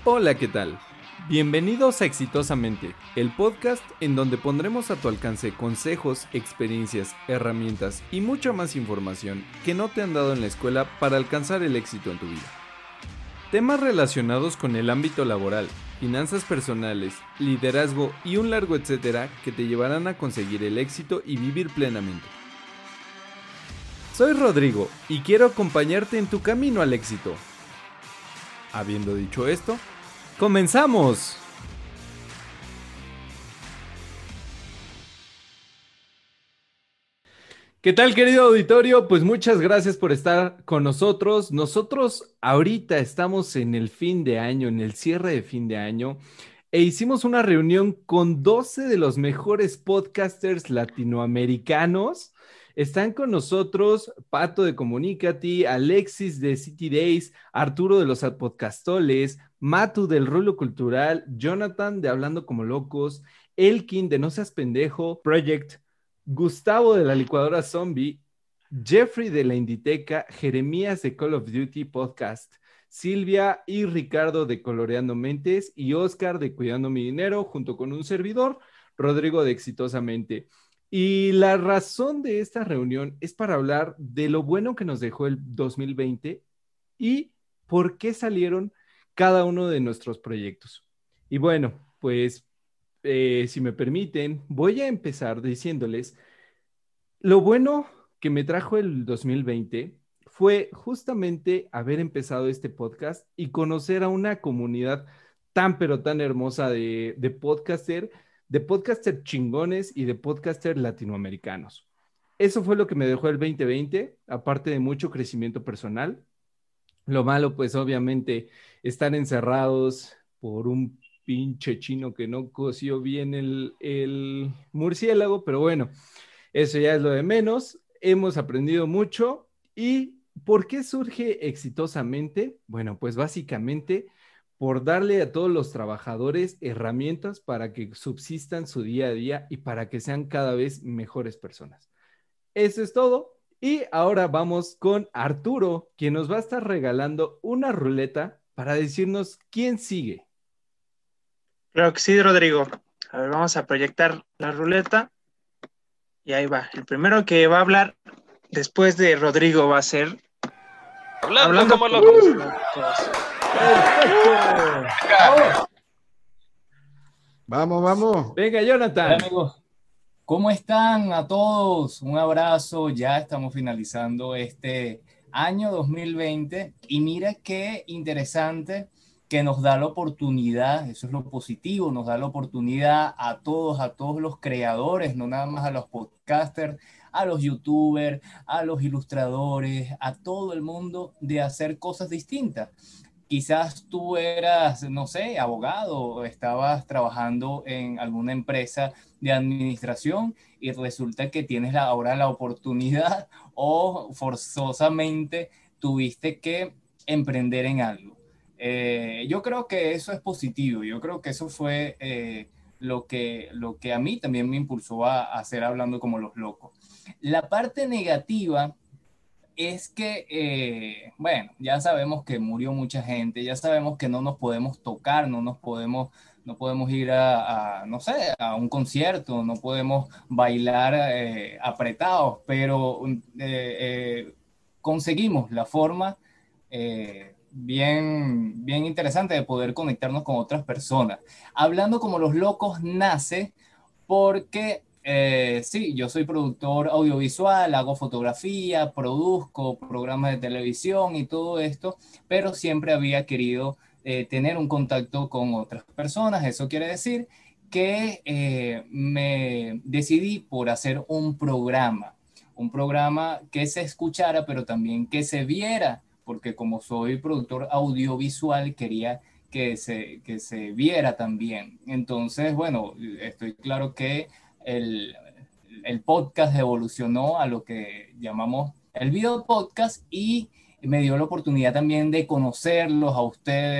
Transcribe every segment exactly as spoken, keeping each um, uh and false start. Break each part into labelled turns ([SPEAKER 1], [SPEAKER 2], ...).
[SPEAKER 1] Hola, ¿qué tal? Bienvenidos a Exitosamente, el podcast en donde pondremos a tu alcance consejos, experiencias, herramientas y mucha más información que no te han dado en la escuela para alcanzar el éxito en tu vida. Temas relacionados con el ámbito laboral, finanzas personales, liderazgo y un largo etcétera que te llevarán a conseguir el éxito y vivir plenamente. Soy Rodrigo y quiero acompañarte en tu camino al éxito. Habiendo dicho esto, ¡comenzamos! ¿Qué tal, querido auditorio? Pues muchas gracias por estar con nosotros. Nosotros ahorita estamos en el fin de año, en el cierre de fin de año, e hicimos una reunión con doce de los mejores podcasters latinoamericanos. Están con nosotros Pato de Comunicati, Alexis de City Days, Arturo de los Podcastoles, Matu del Rulo Cultural, Jonathan de Hablando Como Locos, Elkin de No Seas Pendejo Project, Gustavo de la Licuadora Zombie, Jeffrey de la Inditeca, Jeremías de Call of Duty Podcast, Silvia y Ricardo de Coloreando Mentes y Oscar de Cuidando Mi Dinero, junto con un servidor, Rodrigo de Exitosamente. Y la razón de esta reunión es para hablar de lo bueno que nos dejó el dos mil veinte y por qué salieron cada uno de nuestros proyectos. Y bueno, pues eh, si me permiten, voy a empezar diciéndoles lo bueno que me trajo el dos mil veinte fue justamente haber empezado este podcast y conocer a una comunidad tan pero tan hermosa de, de podcaster, de podcaster chingones y de podcaster latinoamericanos. Eso fue lo que me dejó el dos mil veinte, aparte de mucho crecimiento personal. Lo malo, pues obviamente, estar encerrados por un pinche chino que no coció bien el, el murciélago, pero bueno, eso ya es lo de menos. Hemos aprendido mucho. ¿Y por qué surge exitosamente? Bueno, pues básicamente por darle a todos los trabajadores herramientas para que subsistan su día a día y para que sean cada vez mejores personas. Eso es todo. Y ahora vamos con Arturo, quien nos va a estar regalando una ruleta para decirnos quién sigue.
[SPEAKER 2] Claro que sí, Rodrigo. A ver, vamos a proyectar la ruleta. Y ahí va. El primero que va a hablar después de Rodrigo va a ser
[SPEAKER 3] Hablando,
[SPEAKER 2] Hablando
[SPEAKER 3] como
[SPEAKER 2] como
[SPEAKER 3] locos.
[SPEAKER 2] locos.
[SPEAKER 1] ¡Perfecto! ¡Vamos!
[SPEAKER 4] Vamos, vamos.
[SPEAKER 1] Venga,
[SPEAKER 5] Hola
[SPEAKER 1] Jonathan.
[SPEAKER 5] amigos, ¿cómo están a todos? Un abrazo, ya estamos finalizando este año dos mil veinte y mira qué interesante que nos da la oportunidad, eso es lo positivo, nos da la oportunidad a todos, a todos los creadores, no nada más a los podcasters, a los youtubers, a los ilustradores, a todo el mundo de hacer cosas distintas. Quizás tú eras, no sé, abogado o estabas trabajando en alguna empresa de administración y resulta que tienes la, ahora la oportunidad o forzosamente tuviste que emprender en algo. Eh, yo creo que eso es positivo, yo creo que eso fue eh, lo que, lo que a mí también me impulsó a, a hacer Hablando Como Los Locos. La parte negativa es que, eh, bueno, ya sabemos que murió mucha gente, ya sabemos que no nos podemos tocar, no nos podemos, no podemos ir a, a no sé, a un concierto, no podemos bailar eh, apretados, pero eh, eh, conseguimos la forma eh, bien, bien interesante de poder conectarnos con otras personas. Hablando Como Los Locos nace porque eh, sí, yo soy productor audiovisual, hago fotografía, produzco programas de televisión y todo esto, pero siempre había querido eh, tener un contacto con otras personas. Eso quiere decir que eh, me decidí por hacer un programa, un programa que se escuchara, pero también que se viera, porque como soy productor audiovisual, quería que se, que se viera también. Entonces, bueno, estoy claro que el, el podcast evolucionó a lo que llamamos el video podcast y me dio la oportunidad también de conocerlos a ustedes,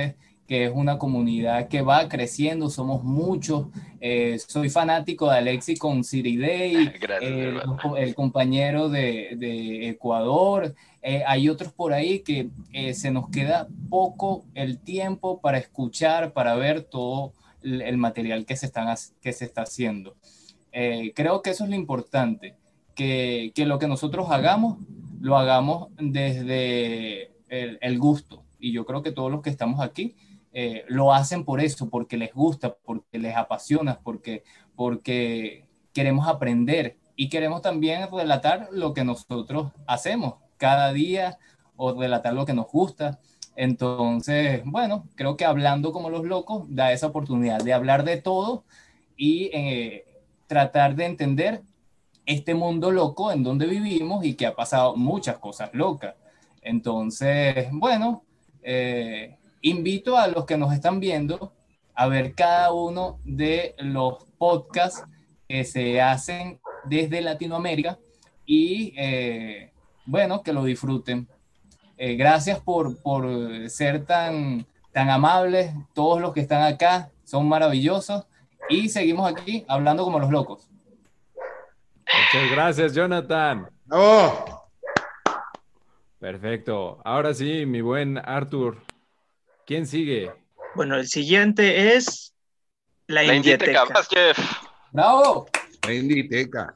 [SPEAKER 5] que es una comunidad que va creciendo, somos muchos. Eh, soy fanático de Alexis con City Day,
[SPEAKER 3] Gracias,
[SPEAKER 5] eh,
[SPEAKER 3] hermano.
[SPEAKER 5] el compañero de, de Ecuador. Eh, hay otros por ahí que eh, se nos queda poco el tiempo para escuchar, para ver todo el, el material que se, están, que se está haciendo. Eh, creo que eso es lo importante, que, que lo que nosotros hagamos, lo hagamos desde el, el gusto. Y yo creo que todos los que estamos aquí eh, lo hacen por eso, porque les gusta, porque les apasiona, porque, porque queremos aprender y queremos también relatar lo que nosotros hacemos cada día o relatar lo que nos gusta. Entonces, bueno, creo que hablando como los locos da esa oportunidad de hablar de todo y eh, tratar de entender este mundo loco en donde vivimos y que ha pasado muchas cosas locas. Entonces, bueno, eh, invito a los que nos están viendo a ver cada uno de los podcasts que se hacen desde Latinoamérica y, eh, bueno, que lo disfruten. Eh, gracias por, por ser tan, tan amables. Todos los que están acá son maravillosos y seguimos aquí hablando como los locos.
[SPEAKER 1] Muchas gracias, Jonathan.
[SPEAKER 4] ¡Oh!
[SPEAKER 1] Perfecto. Ahora sí, mi buen Arthur. ¿Quién sigue?
[SPEAKER 2] Bueno, el siguiente es la,
[SPEAKER 3] La Inditeca,
[SPEAKER 2] Indieteca.
[SPEAKER 3] más Jeff.
[SPEAKER 5] ¡Bravo!
[SPEAKER 4] La Inditeca.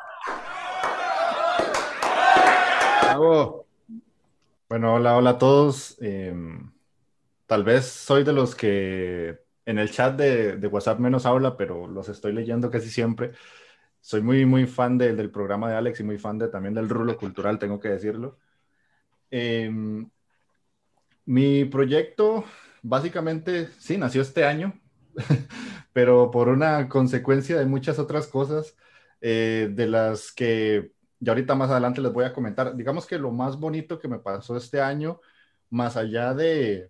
[SPEAKER 4] Bravo.
[SPEAKER 6] Bueno, hola, hola a todos. Eh, tal vez soy de los que en el chat de, de WhatsApp menos habla, pero los estoy leyendo casi siempre. Soy muy, muy fan de, del programa de Alex y muy fan de, también del Rulo Cultural, tengo que decirlo. Eh, mi proyecto, básicamente, sí, nació este año, pero por una consecuencia de muchas otras cosas, eh, de las que ya ahorita más adelante les voy a comentar. Digamos que lo más bonito que me pasó este año, más allá de,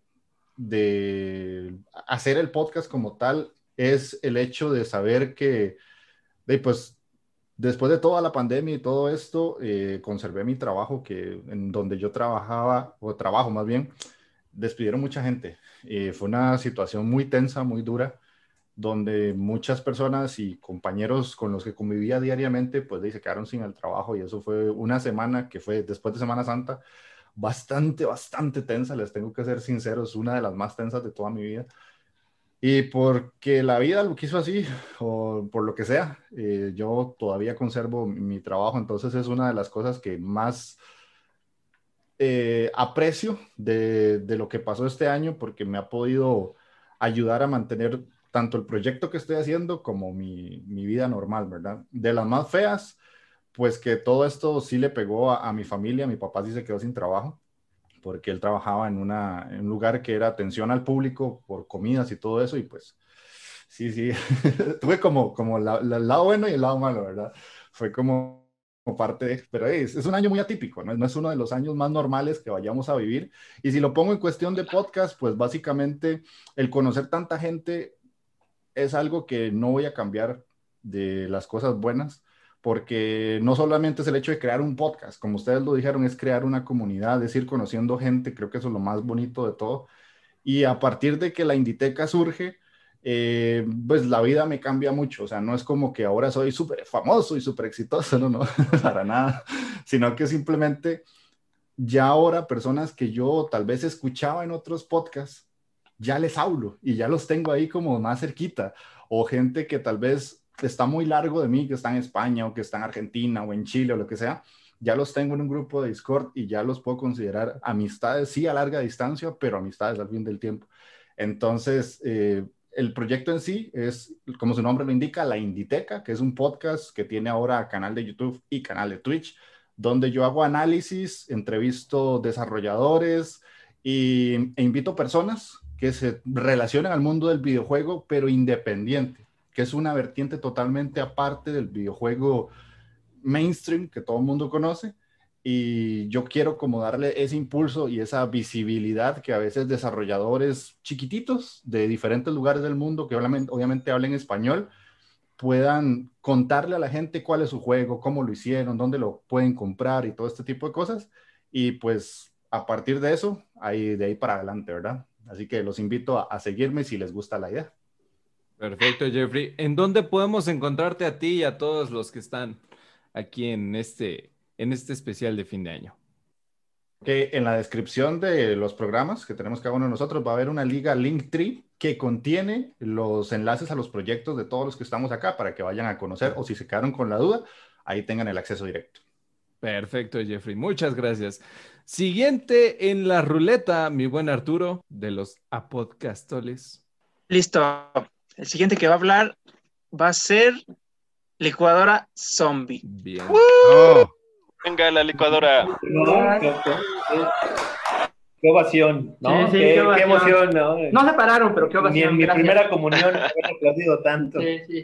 [SPEAKER 6] de hacer el podcast como tal, es el hecho de saber que, de, pues, después de toda la pandemia y todo esto, eh, conservé mi trabajo, que en donde yo trabajaba, o trabajo más bien, despidieron mucha gente. Eh, fue una situación muy tensa, muy dura, donde muchas personas y compañeros con los que convivía diariamente, pues se quedaron sin el trabajo, y eso fue una semana que fue después de Semana Santa, bastante, bastante tensa, les tengo que ser sinceros, una de las más tensas de toda mi vida. Y porque la vida lo quiso así, o por lo que sea, eh, yo todavía conservo mi, mi trabajo, entonces es una de las cosas que más eh, aprecio de, de lo que pasó este año, porque me ha podido ayudar a mantener tanto el proyecto que estoy haciendo como mi, mi vida normal, ¿verdad? De las más feas, pues que todo esto sí le pegó a, a mi familia. Mi papá sí se quedó sin trabajo porque él trabajaba en, una, en un lugar que era atención al público por comidas y todo eso, y pues sí, sí, tuve como, como la, la, el lado bueno y el lado malo, ¿verdad? Fue como, como parte de, pero es, es un año muy atípico, ¿no? No es uno de los años más normales que vayamos a vivir, y si lo pongo en cuestión de podcast, pues básicamente el conocer tanta gente es algo que no voy a cambiar de las cosas buenas, porque no solamente es el hecho de crear un podcast, como ustedes lo dijeron, es crear una comunidad, es ir conociendo gente. Creo que eso es lo más bonito de todo. Y a partir de que la Inditeca surge, eh, pues la vida me cambia mucho. O sea, no es como que ahora soy súper famoso y súper exitoso, no, no, para nada, sino que simplemente ya ahora personas que yo tal vez escuchaba en otros podcasts, ya les hablo y ya los tengo ahí como más cerquita, o gente que tal vez está muy largo de mí, que está en España o que está en Argentina o en Chile o lo que sea, ya los tengo en un grupo de Discord y ya los puedo considerar amistades, sí a larga distancia, pero amistades al fin del tiempo. Entonces, eh, el proyecto en sí es, como su nombre lo indica, La Inditeca, que es un podcast que tiene ahora canal de YouTube y canal de Twitch, donde yo hago análisis, entrevisto desarrolladores y, e invito personas que se relacionan al mundo del videojuego, pero independiente, que es una vertiente totalmente aparte del videojuego mainstream que todo el mundo conoce. Y yo quiero como darle ese impulso y esa visibilidad que a veces desarrolladores chiquititos de diferentes lugares del mundo, que obviamente, obviamente hablen español, puedan contarle a la gente cuál es su juego, cómo lo hicieron, dónde lo pueden comprar y todo este tipo de cosas. Y pues a partir de eso, ahí, de ahí para adelante, ¿verdad? Así que los invito a, a seguirme si les gusta la idea.
[SPEAKER 1] Perfecto, Jeffrey. ¿En dónde podemos encontrarte a ti y a todos los que están aquí en este, en este especial de fin de año?
[SPEAKER 6] Que en la descripción de los programas que tenemos cada uno de nosotros va a haber una liga Linktree que contiene los enlaces a los proyectos de todos los que estamos acá para que vayan a conocer, o si se quedaron con la duda, ahí tengan el acceso directo.
[SPEAKER 1] Perfecto, Jeffrey. Muchas gracias. Siguiente en la ruleta, mi buen Arturo, de los apodcastoles.
[SPEAKER 2] Listo. El siguiente que va a hablar va a ser licuadora zombie.
[SPEAKER 1] Bien.
[SPEAKER 4] Oh,
[SPEAKER 3] Venga, la licuadora.
[SPEAKER 7] No, qué, qué- qué ovación, ¿no?
[SPEAKER 8] Sí, sí,
[SPEAKER 7] qué,
[SPEAKER 8] qué
[SPEAKER 7] qué
[SPEAKER 8] ovación.
[SPEAKER 7] emoción, ¿no?
[SPEAKER 8] No se pararon, pero qué
[SPEAKER 7] Ni
[SPEAKER 8] ovación.
[SPEAKER 7] en mi
[SPEAKER 8] gracias.
[SPEAKER 7] primera comunión me habían aplaudido tanto.
[SPEAKER 8] Sí, sí.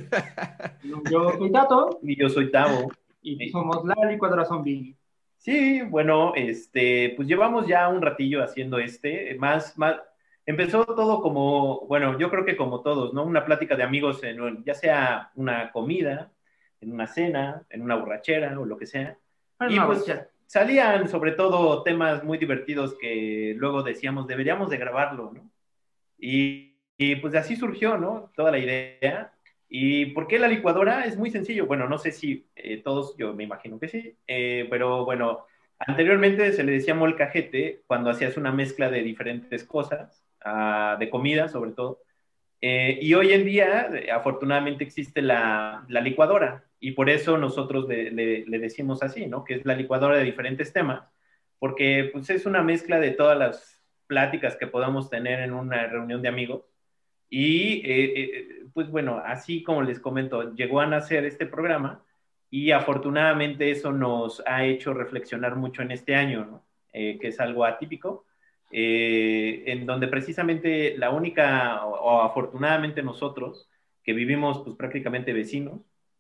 [SPEAKER 8] Yo soy Tato
[SPEAKER 7] Y yo soy Tavo.
[SPEAKER 8] y somos la licuadora zombie.
[SPEAKER 7] Sí, bueno, este, pues llevamos ya un ratillo haciendo este, más, más, empezó todo como, bueno, yo creo que como todos, ¿no? Una plática de amigos, en un- ya sea una comida, en una cena, en una borrachera o lo que sea.
[SPEAKER 8] Bueno,
[SPEAKER 7] Y
[SPEAKER 8] no,
[SPEAKER 7] pues
[SPEAKER 8] ya.
[SPEAKER 7] salían sobre todo temas muy divertidos que luego decíamos, deberíamos de grabarlo, ¿no? Y, y pues así surgió, ¿no? Toda la idea. ¿Y por qué la licuadora? Es muy sencillo. Bueno, no sé si eh, todos, yo me imagino que sí, eh, pero bueno, anteriormente se le decía molcajete cuando hacías una mezcla de diferentes cosas, ah, de comida sobre todo. Eh, y hoy en día, eh, afortunadamente, existe la, la licuadora y por eso nosotros le, le- le decimos así, ¿no? Que es la licuadora de diferentes temas, porque pues, es una mezcla de todas las pláticas que podamos tener en una reunión de amigos. Y eh, eh, pues bueno, así como les comento, llegó a nacer este programa y afortunadamente eso nos ha hecho reflexionar mucho en este año, ¿no? Eh, que es algo atípico, eh, en donde precisamente la única, o, o afortunadamente nosotros, que vivimos pues prácticamente vecinos,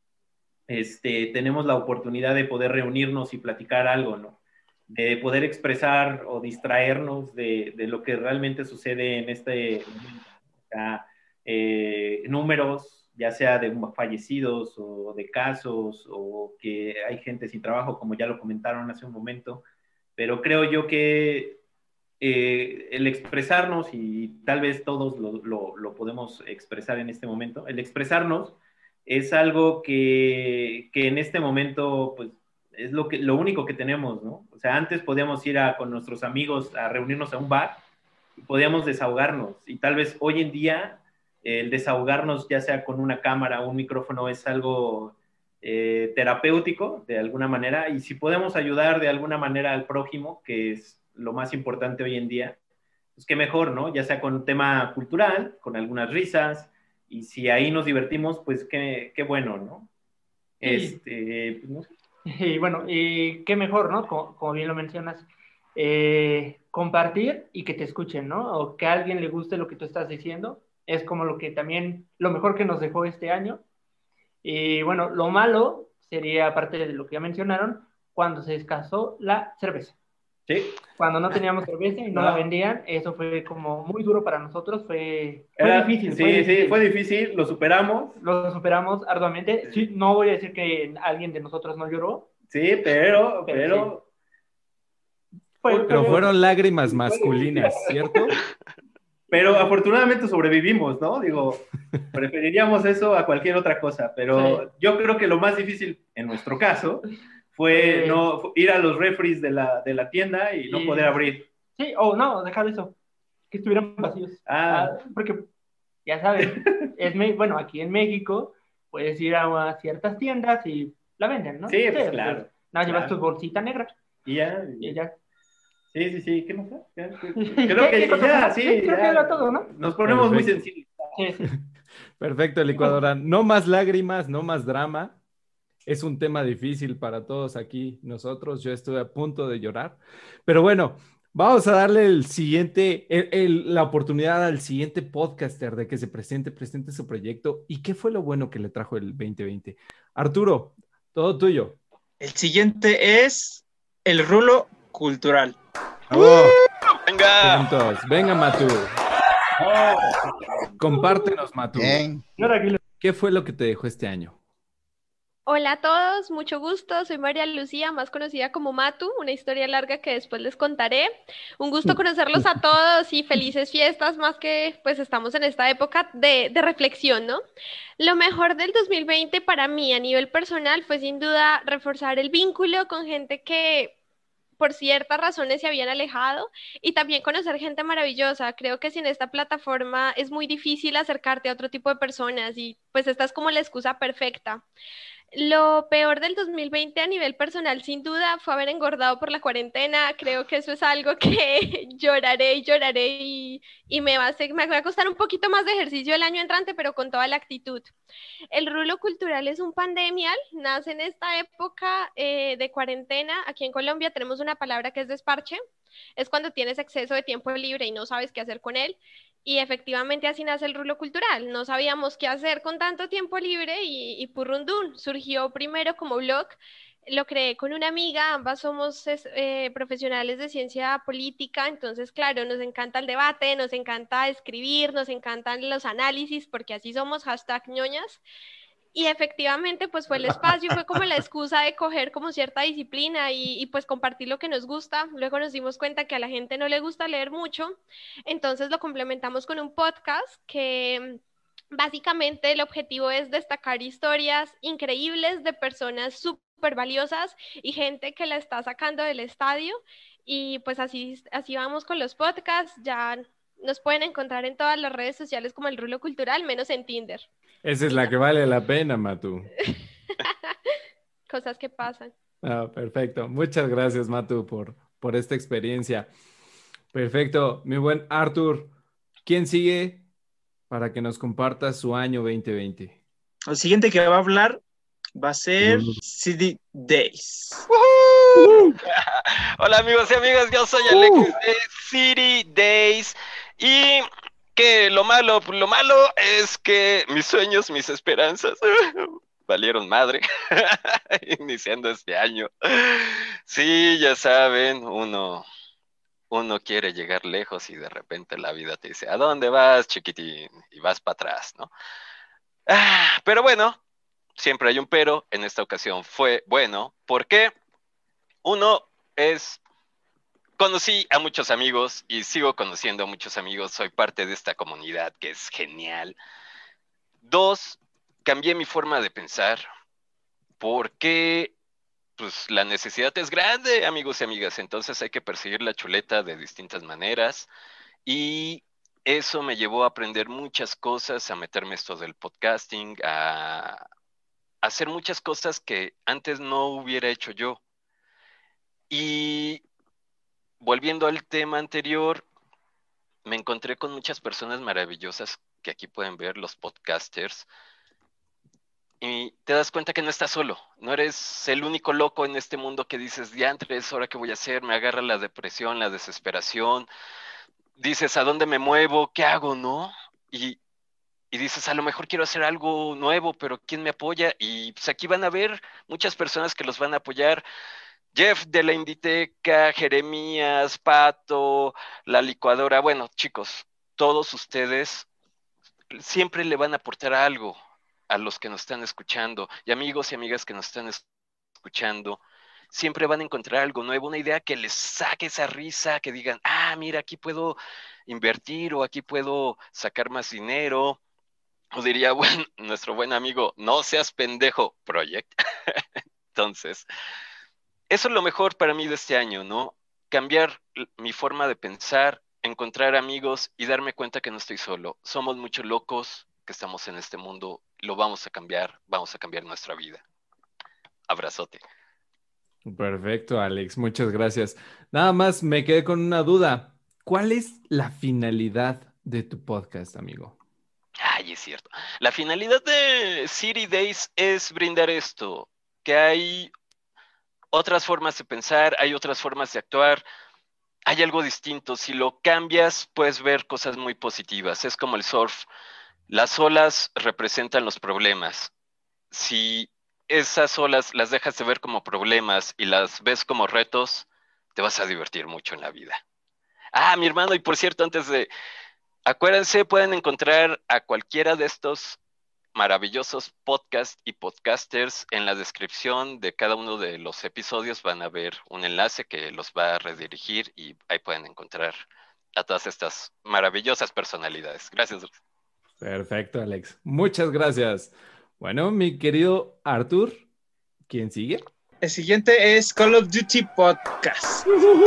[SPEAKER 7] este, tenemos la oportunidad de poder reunirnos y platicar algo, ¿no? De poder expresar o distraernos de, de lo que realmente sucede en este momento. O sea, eh, números, ya sea de fallecidos o de casos, o que hay gente sin trabajo, como ya lo comentaron hace un momento, pero creo yo que eh, el expresarnos, y tal vez todos lo, lo, lo podemos expresar en este momento, el expresarnos es algo que, que en este momento, pues, es lo, que, lo único que tenemos, ¿no? O sea, antes podíamos ir a, con nuestros amigos a reunirnos a un bar y podíamos desahogarnos. Y tal vez hoy en día el desahogarnos, ya sea con una cámara o un micrófono, es algo eh, terapéutico de alguna manera. Y si podemos ayudar de alguna manera al prójimo, que es lo más importante hoy en día, pues qué mejor, ¿no? Ya sea con un tema cultural, con algunas risas, y si ahí nos divertimos, pues qué, qué bueno, ¿no?
[SPEAKER 8] Sí.
[SPEAKER 7] Este, pues no sé.
[SPEAKER 8] Y bueno, y qué mejor, ¿no? Como, como bien lo mencionas, eh, compartir y que te escuchen, ¿no? O que a alguien le guste lo que tú estás diciendo, es como lo que también, lo mejor que nos dejó este año. Y bueno, lo malo sería, aparte de lo que ya mencionaron, cuando se escasó la cerveza.
[SPEAKER 7] Sí.
[SPEAKER 8] Cuando no teníamos cerveza y no,
[SPEAKER 7] No.
[SPEAKER 8] la vendían, eso fue como muy duro para nosotros, fue, fue
[SPEAKER 7] Era-
[SPEAKER 8] difícil.
[SPEAKER 7] Sí,
[SPEAKER 8] fue difícil.
[SPEAKER 7] sí, fue difícil, lo superamos.
[SPEAKER 8] Lo superamos arduamente. Sí, no voy a decir que alguien de nosotros no lloró.
[SPEAKER 7] Sí, pero,
[SPEAKER 8] Pero
[SPEAKER 7] pero,
[SPEAKER 8] Fue-
[SPEAKER 1] Pero
[SPEAKER 8] fue-
[SPEAKER 1] fueron lágrimas masculinas, ¿cierto?
[SPEAKER 7] pero afortunadamente sobrevivimos, ¿no? Digo, preferiríamos eso a cualquier otra cosa, pero
[SPEAKER 8] Sí.
[SPEAKER 7] yo creo que lo más difícil en nuestro caso fue
[SPEAKER 8] Sí.
[SPEAKER 7] no fue ir a los refries de la, de la tienda y no
[SPEAKER 8] Sí.
[SPEAKER 7] poder abrir.
[SPEAKER 8] Sí, o no, dejar eso. Que estuvieran vacíos.
[SPEAKER 7] Ah.
[SPEAKER 8] Ah, porque, ya saben, es me- bueno, aquí en México puedes ir a, a ciertas tiendas y la venden, ¿no?
[SPEAKER 7] Sí, pues, claro,
[SPEAKER 8] No, llevas
[SPEAKER 7] claro.
[SPEAKER 8] tu bolsita negra
[SPEAKER 7] Y ya,
[SPEAKER 8] y ya.
[SPEAKER 7] sí, sí, sí, ¿qué más? Ya, Creo
[SPEAKER 8] ¿Qué-
[SPEAKER 7] que
[SPEAKER 8] qué cosa
[SPEAKER 7] ya,
[SPEAKER 8] más?
[SPEAKER 7] sí,
[SPEAKER 8] Sí, creo
[SPEAKER 7] ya.
[SPEAKER 8] que era todo, ¿no?
[SPEAKER 7] Nos ponemos muy
[SPEAKER 1] Perfecto.
[SPEAKER 7] sensibles.
[SPEAKER 8] Sí, sí.
[SPEAKER 1] Perfecto, licuadora. No más lágrimas, no más drama. Es un tema difícil para todos aquí nosotros. Yo estuve a punto de llorar. Pero bueno, vamos a darle el siguiente, el- el- la oportunidad al siguiente podcaster de que se presente, presente su proyecto. ¿Y qué fue lo bueno que le trajo el veinte veinte? Arturo, todo tuyo.
[SPEAKER 2] El siguiente es el rulo cultural.
[SPEAKER 4] oh,
[SPEAKER 3] Venga.
[SPEAKER 1] Vientos. Venga, Matú. Compártenos, Matú.
[SPEAKER 4] bien.
[SPEAKER 8] Ahora aquí lo-
[SPEAKER 1] ¿Qué fue lo que te dejó este año?
[SPEAKER 9] Hola a todos, mucho gusto. Soy María Lucía, más conocida como Matu, una historia larga que después les contaré. Un gusto conocerlos a todos y felices fiestas, más que pues estamos en esta época de, de reflexión, ¿no? Lo mejor del dos mil veinte para mí a nivel personal fue sin duda reforzar el vínculo con gente que por ciertas razones se habían alejado y también conocer gente maravillosa. Creo que sin esta plataforma es muy difícil acercarte a otro tipo de personas y pues esta es como la excusa perfecta. Lo peor del dos mil veinte a nivel personal, sin duda, fue haber engordado por la cuarentena. Creo que eso es algo que lloraré y lloraré y, y me va a, ser- me va a costar un poquito más de ejercicio el año entrante, pero con toda la actitud. El rulo cultural es un pandemial, nace en esta época eh, de cuarentena. Aquí en Colombia tenemos una palabra que es desparche. Es cuando tienes exceso de tiempo libre y no sabes qué hacer con él. Y efectivamente así nace el rulo cultural. No sabíamos qué hacer con tanto tiempo libre y, y purrundún. Surgió primero como blog. Lo creé con una amiga, ambas somos es, eh, profesionales de ciencia política, entonces, claro, nos encanta el debate, nos encanta escribir, nos encantan los análisis, porque así somos, hashtag ñoñas. Y efectivamente, pues fue el espacio, fue como la excusa de coger como cierta disciplina y, y, pues compartir lo que nos gusta. Luego nos dimos cuenta que a la gente no le gusta leer mucho, entonces lo complementamos con un podcast que básicamente el objetivo es destacar historias increíbles de personas súper valiosas y gente que la está sacando del estadio. Y pues así, así vamos con los podcasts, ya nos pueden encontrar en todas las redes sociales como el Rulo Cultural, menos en Tinder.
[SPEAKER 1] Esa es
[SPEAKER 9] Y
[SPEAKER 1] la
[SPEAKER 9] ya.
[SPEAKER 1] que vale la pena, Matu.
[SPEAKER 9] Cosas que pasan.
[SPEAKER 1] Ah, perfecto. Muchas gracias, Matu, por, por esta experiencia. Perfecto. Mi buen Arthur, ¿quién sigue para que nos comparta su año dos mil veinte?
[SPEAKER 2] El siguiente que va a hablar va a ser C D Days.
[SPEAKER 3] ¡Woohoo! Hola amigos y amigas, yo soy Alexis de City Days y que lo malo, lo malo es que mis sueños, mis esperanzas valieron madre iniciando este año. Sí, ya saben, uno, uno quiere llegar lejos y de repente la vida te dice, ¿a dónde vas, chiquitín? Y vas para atrás, ¿no? Ah, pero bueno, siempre hay un pero, en esta ocasión fue bueno, porque uno es conocí a muchos amigos y sigo conociendo a muchos amigos. Soy parte de esta comunidad que es genial. Dos, cambié mi forma de pensar porque pues, la necesidad es grande, amigos y amigas. Entonces hay que perseguir la chuleta de distintas maneras. Y eso me llevó a aprender muchas cosas, a meterme esto del podcasting, a hacer muchas cosas que antes no hubiera hecho yo. Y volviendo al tema anterior, me encontré con muchas personas maravillosas que aquí pueden ver, los podcasters, y te das cuenta que no estás solo, no eres el único loco en este mundo que dices, diantres, ¿ahora qué voy a hacer? Me agarra la depresión, la desesperación, dices, ¿a dónde me muevo? ¿Qué hago? ¿No? Y, y dices, a lo mejor quiero hacer algo nuevo, pero ¿quién me apoya? Y pues aquí van a ver muchas personas que los van a apoyar. Jeff de la Inditeca, Jeremías, Pato, la licuadora. Bueno, chicos, todos ustedes siempre le van a aportar algo a los que nos están escuchando. Y amigos y amigas que nos están escuchando, siempre van a encontrar algo nuevo, una idea que les saque esa risa, que digan, ah, mira, aquí puedo invertir o aquí puedo sacar más dinero. O diría, bueno, nuestro buen amigo, no seas pendejo, Project. Entonces, eso es lo mejor para mí de este año, ¿no? Cambiar mi forma de pensar, encontrar amigos y darme cuenta que no estoy solo. Somos muchos locos que estamos en este mundo, lo vamos a cambiar, vamos a cambiar nuestra vida. Abrazote.
[SPEAKER 1] Perfecto, Alex, muchas gracias. Nada más me quedé con una duda. ¿Cuál es la finalidad de tu podcast, amigo?
[SPEAKER 3] Ay, es cierto. La finalidad de City Days es brindar esto, que hay otras formas de pensar, hay otras formas de actuar, hay algo distinto. Si lo cambias, puedes ver cosas muy positivas. Es como el surf. Las olas representan los problemas. Si esas olas las dejas de ver como problemas y las ves como retos, te vas a divertir mucho en la vida. Ah, mi hermano, y por cierto, antes de... Acuérdense, pueden encontrar a cualquiera de estos maravillosos podcasts y podcasters. En la descripción de cada uno de los episodios van a ver un enlace que los va a redirigir y ahí pueden encontrar a todas estas maravillosas personalidades. Gracias.
[SPEAKER 1] Perfecto, Alex. Muchas gracias. Bueno, mi querido Arthur, ¿quién sigue?
[SPEAKER 2] El siguiente es Call of Duty Podcast.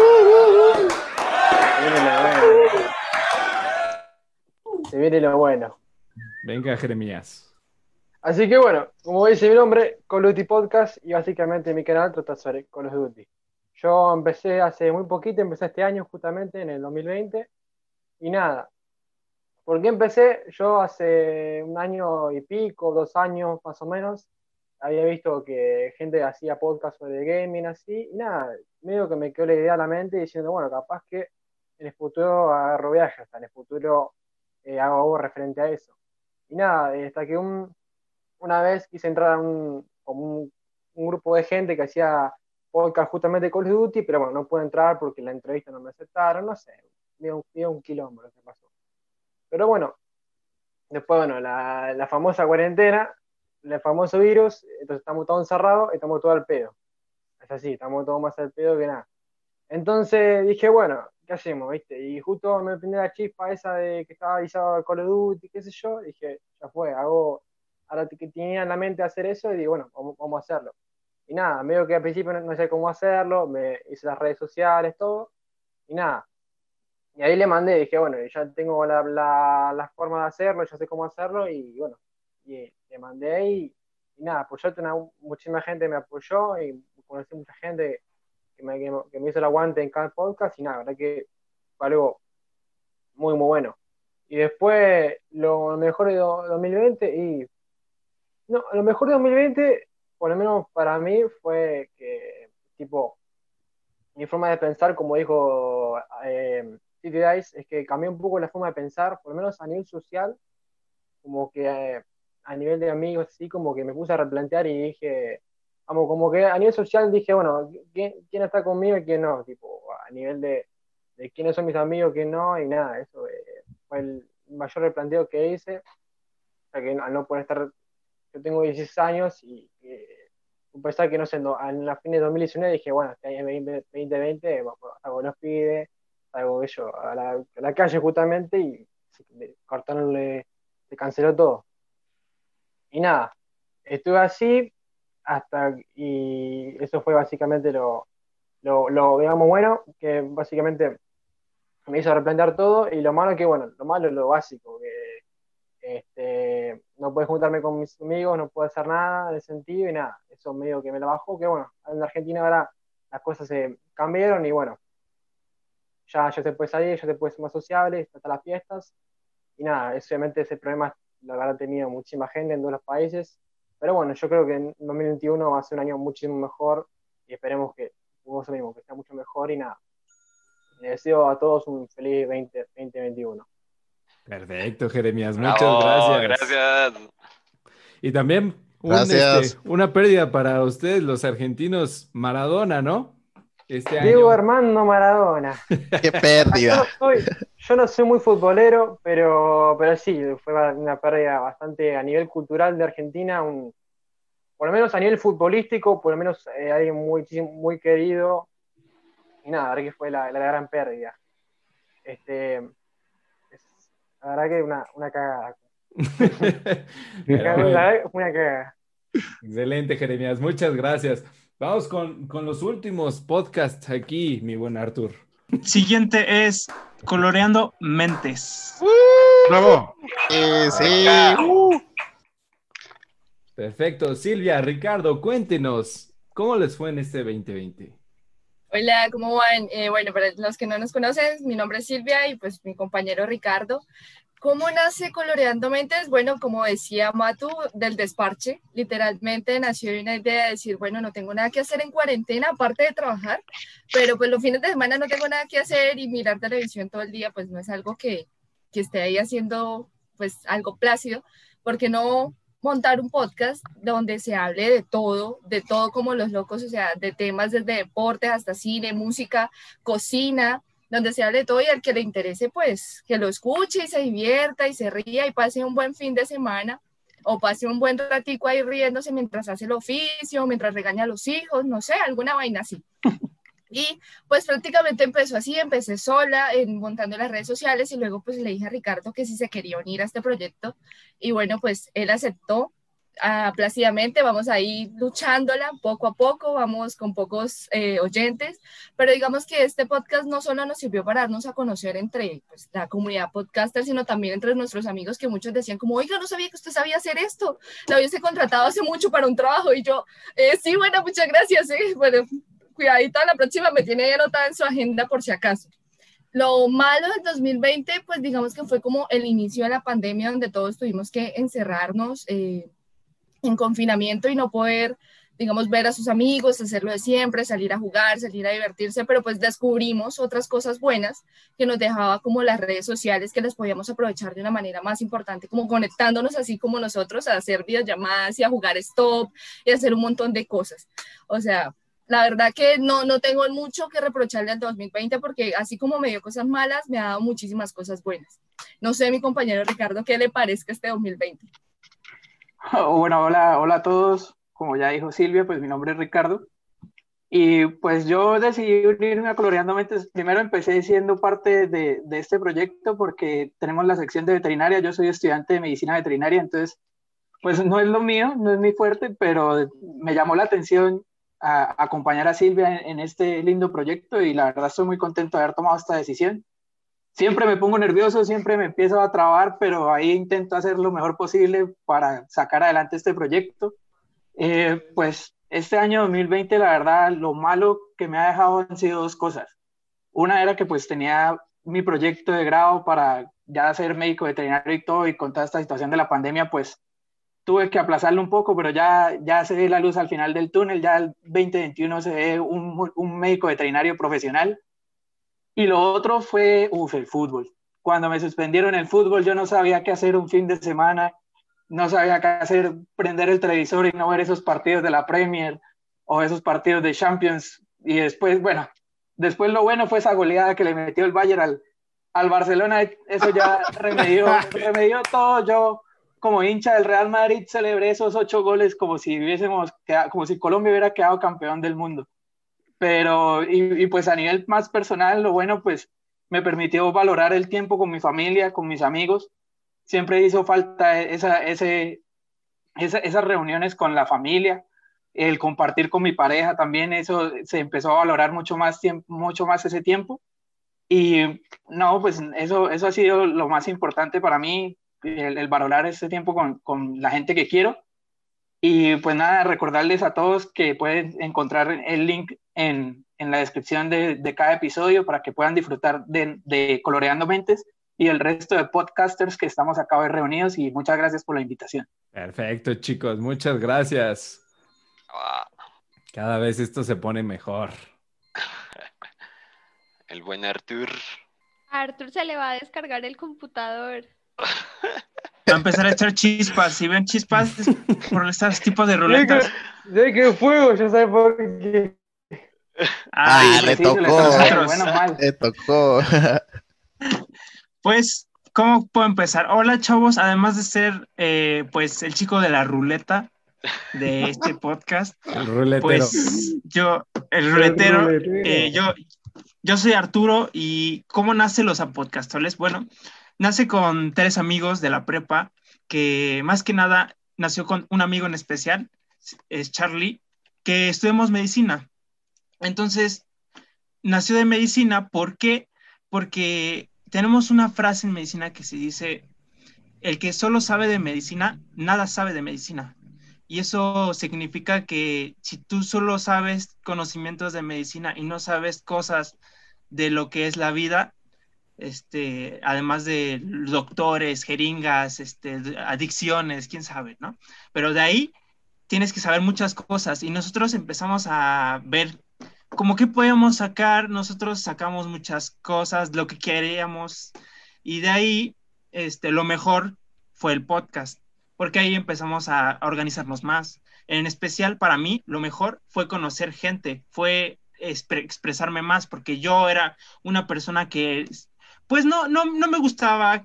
[SPEAKER 10] Se viene lo bueno.
[SPEAKER 1] Venga, Jeremías.
[SPEAKER 10] Así que bueno, como dice mi nombre, Call of Duty Podcast, y básicamente mi canal trata sobre Call of Duty. Yo empecé hace muy poquito, empecé este año justamente, en el dos mil veinte, y nada. ¿Por qué empecé? Yo hace un año y pico, dos años más o menos, había visto que gente hacía podcast sobre gaming así, y nada, medio que me quedó la idea a la mente diciendo, bueno, capaz que en el futuro agarro viajes, hasta en el futuro eh, hago algo referente a eso. Y nada, hasta que un, una vez quise entrar a un, como un, un grupo de gente que hacía podcast justamente de Call of Duty, pero bueno, no pude entrar porque la entrevista no me aceptaron, no sé, dio un, dio un quilombo lo que pasó. Pero bueno, después, bueno, la, la famosa cuarentena, el famoso virus, entonces estamos todos encerrados y estamos todos al pedo. Es así, estamos todos más al pedo que nada. Entonces dije, bueno, ¿qué hacemos, viste? Y justo me prendí la chispa esa de que estaba avisado Call of Duty, qué sé yo, dije, ya fue, hago, ahora que tenía en la mente hacer eso, y digo, bueno, vamos, vamos a hacerlo. Y nada, medio que al principio no, no sé cómo hacerlo, me hice las redes sociales, todo, y nada. Y ahí le mandé, dije, bueno, ya tengo la, la, la forma de hacerlo, ya sé cómo hacerlo, y bueno, y le mandé y, y nada, por suerte una, muchísima gente me apoyó y conocí mucha gente que me, que, que me hizo el aguante en cada podcast, y nada, la verdad que fue algo muy, muy bueno. Y después, lo mejor de dos mil veinte, y no, lo mejor de dos mil veinte, por lo menos para mí, fue que, tipo, mi forma de pensar, como dijo eh, City Dice, es que cambié un poco la forma de pensar, por lo menos a nivel social, como que eh, a nivel de amigos, así, como que me puse a replantear y dije, vamos, como que a nivel social dije, bueno, ¿quién, quién está conmigo y quién no? Tipo, a nivel de, de quiénes son mis amigos, quién no, y nada, eso eh, fue el mayor replanteo que hice, o sea, que al no poder estar, yo tengo dieciséis años y eh, pensar que no sé, no, en la fin de dos mil diecinueve dije, bueno, este año veinte veinte, algo nos pide, algo que yo, a la, a la calle justamente, y cortaron, le, se canceló todo. Y nada, estuve así hasta, y eso fue básicamente lo, lo, lo, digamos, bueno, que básicamente me hizo replantear todo, y lo malo que, bueno, lo malo es lo básico, que este, no puedo juntarme con mis amigos, no puedo hacer nada en ese sentido, y nada, eso medio que me la bajó, que bueno, en Argentina ahora las cosas se cambiaron, y bueno, ya, ya se puede salir, ya se puede ser más sociable, hasta las fiestas, y nada, es, obviamente ese problema lo habrá tenido muchísima gente en todos los países, pero bueno, yo creo que en dos mil veintiuno va a ser un año muchísimo mejor, y esperemos que, como eso mismo, que sea mucho mejor, y nada, les deseo a todos un feliz veinte veintiuno.
[SPEAKER 1] Perfecto, Jeremías, muchas
[SPEAKER 3] Oh,
[SPEAKER 1] gracias.
[SPEAKER 3] gracias.
[SPEAKER 1] Y también un,
[SPEAKER 11] Gracias.
[SPEAKER 1] este, una pérdida para ustedes, los argentinos, Maradona, ¿no? Este
[SPEAKER 10] Diego
[SPEAKER 1] año.
[SPEAKER 10] Armando Maradona.
[SPEAKER 11] Qué
[SPEAKER 10] Yo no
[SPEAKER 11] pérdida.
[SPEAKER 10] soy, yo no soy muy futbolero, pero, pero sí, fue una pérdida bastante a nivel cultural de Argentina, un, por lo menos a nivel futbolístico, por lo menos eh, alguien muy, muy querido. Y nada, la verdad que fue la, la gran pérdida. Este, es, la verdad que una, una cagada.
[SPEAKER 1] Pero
[SPEAKER 10] La
[SPEAKER 1] bueno,
[SPEAKER 10] verdad que fue una cagada.
[SPEAKER 1] excelente, Jeremías, muchas gracias. Vamos con, con los últimos podcasts aquí, mi buen Artur.
[SPEAKER 2] Siguiente es Coloreando Mentes.
[SPEAKER 4] ¡Bravo!
[SPEAKER 11] Eh, sí.
[SPEAKER 3] Uh.
[SPEAKER 1] Perfecto. Silvia, Ricardo, cuéntenos, ¿cómo les fue en este veinte veinte?
[SPEAKER 12] Hola, ¿cómo van? Eh, bueno, para los que no nos conocen, mi nombre es Silvia y pues mi compañero Ricardo. ¿Cómo nace Coloreando Mentes? Bueno, como decía Matu, del desparche, literalmente nació de una idea de decir, bueno, no tengo nada que hacer en cuarentena, aparte de trabajar, pero pues los fines de semana no tengo nada que hacer y mirar televisión todo el día, pues no es algo que, que esté ahí haciendo, pues algo plácido, porque no montar un podcast donde se hable de todo, de todo como los locos, o sea, de temas desde deportes hasta cine, música, cocina, donde se hable de todo y al que le interese, pues, que lo escuche y se divierta y se ría y pase un buen fin de semana. o pase un buen ratico ahí riéndose mientras hace el oficio, mientras regaña a los hijos, no sé, alguna vaina así. Y pues prácticamente empezó así, empecé sola en, montando las redes sociales y luego pues le dije a Ricardo que si se quería unir a este proyecto y bueno, pues él aceptó uh, plácidamente, vamos ahí luchándola poco a poco, vamos con pocos eh, oyentes, pero digamos que este podcast no solo nos sirvió para darnos a conocer entre pues, la comunidad podcaster, sino también entre nuestros amigos que muchos decían como, oiga, no sabía que usted sabía hacer esto, la hubiese contratado hace mucho para un trabajo y yo, eh, sí, bueno, muchas gracias, eh. Bueno, cuidadito, la próxima me tiene anotada en su agenda por si acaso. Lo malo del dos mil veinte, pues digamos que fue como el inicio de la pandemia donde todos tuvimos que encerrarnos eh, en confinamiento y no poder, digamos, ver a sus amigos, hacerlo de siempre, salir a jugar, salir a divertirse, pero pues descubrimos otras cosas buenas que nos dejaba como las redes sociales que las podíamos aprovechar de una manera más importante, como conectándonos así como nosotros a hacer videollamadas y a jugar stop y a hacer un montón de cosas. O sea, la verdad que no, no tengo mucho que reprocharle al dos mil veinte porque así como me dio cosas malas, me ha dado muchísimas cosas buenas. No sé, mi compañero Ricardo, ¿qué le parezca este dos mil veinte?
[SPEAKER 11] Oh, bueno, hola, hola a todos. Como ya dijo Silvia, pues mi nombre es Ricardo. Y pues yo decidí unirme a Coloreando Mentes. Primero empecé siendo parte de, de este proyecto porque tenemos la sección de veterinaria. Yo soy estudiante de medicina veterinaria, entonces pues no es lo mío, no es mi fuerte, pero me llamó la atención a acompañar a Silvia en, en este lindo proyecto y la verdad estoy muy contento de haber tomado esta decisión. Siempre me pongo nervioso, siempre me empiezo a trabar, pero ahí intento hacer lo mejor posible para sacar adelante este proyecto. Eh, pues este año dos mil veinte, la verdad, lo malo que me ha dejado han sido dos cosas. Una era que pues tenía mi proyecto de grado para ya ser médico veterinario y todo, y con toda esta situación de la pandemia, pues tuve que aplazarlo un poco, pero ya, ya se ve la luz al final del túnel, ya el veinte veintiuno se ve un, un médico veterinario profesional. Y lo otro fue, uff, el fútbol. Cuando me suspendieron el fútbol, yo no sabía qué hacer un fin de semana, no sabía qué hacer, prender el televisor y no ver esos partidos de la Premier o esos partidos de Champions. Y después, bueno, después lo bueno fue esa goleada que le metió el Bayern al, al Barcelona, eso ya remedió, remedió todo. Yo, como hincha del Real Madrid, celebré esos ocho goles como si hubiésemos quedado, como si Colombia hubiera quedado campeón del mundo. Pero, y, y pues a nivel más personal, lo bueno, pues me permitió valorar el tiempo con mi familia, con mis amigos. Siempre hizo falta esa, ese, esa, esas reuniones con la familia, el compartir con mi pareja también, eso se empezó a valorar mucho más, tiempo, mucho más ese tiempo. Y no, pues eso, eso ha sido lo más importante para mí, el, el valorar ese tiempo con, con la gente que quiero. Y pues nada, recordarles a todos que pueden encontrar el link en, en la descripción de, de cada episodio para que puedan disfrutar de, de Coloreando Mentes y el resto de podcasters que estamos acá hoy reunidos, y muchas gracias por la invitación.
[SPEAKER 1] Perfecto, chicos, muchas gracias. Cada vez esto se pone mejor.
[SPEAKER 3] El buen Artur.
[SPEAKER 9] A Artur se le va a descargar el computador.
[SPEAKER 2] Va a empezar a echar chispas. Si ven chispas por estos tipos de ruletas.
[SPEAKER 10] Ya que fuego, ya sabes por qué.
[SPEAKER 13] Ah, le tocó.
[SPEAKER 2] Bueno,
[SPEAKER 13] le tocó.
[SPEAKER 2] Pues, ¿cómo puedo empezar? Hola, chavos. Además de ser, eh, pues, el chico de la ruleta de este podcast.
[SPEAKER 1] El ruletero.
[SPEAKER 2] Pues, yo, el ruletero,
[SPEAKER 10] El ruletero.
[SPEAKER 2] Eh, yo, yo soy Arturo. ¿Y cómo nacen los apodcastoles? Bueno, nace con tres amigos de la prepa, que más que nada nació con un amigo en especial, es Charlie, que estudiamos medicina. Entonces, nació de medicina, ¿por qué? Porque tenemos una frase en medicina que se dice, el que solo sabe de medicina, nada sabe de medicina. Y eso significa que si tú solo sabes conocimientos de medicina y no sabes cosas de lo que es la vida, este, además de doctores, jeringas, este, adicciones, quién sabe, ¿no? Pero de ahí tienes que saber muchas cosas y nosotros empezamos a ver como qué podíamos sacar, nosotros sacamos muchas cosas, lo que queríamos, y de ahí este, lo mejor fue el podcast, porque ahí empezamos a, a organizarnos más. En especial para mí, lo mejor fue conocer gente, fue expre- expresarme más, porque yo era una persona que, pues no, no, no me gustaba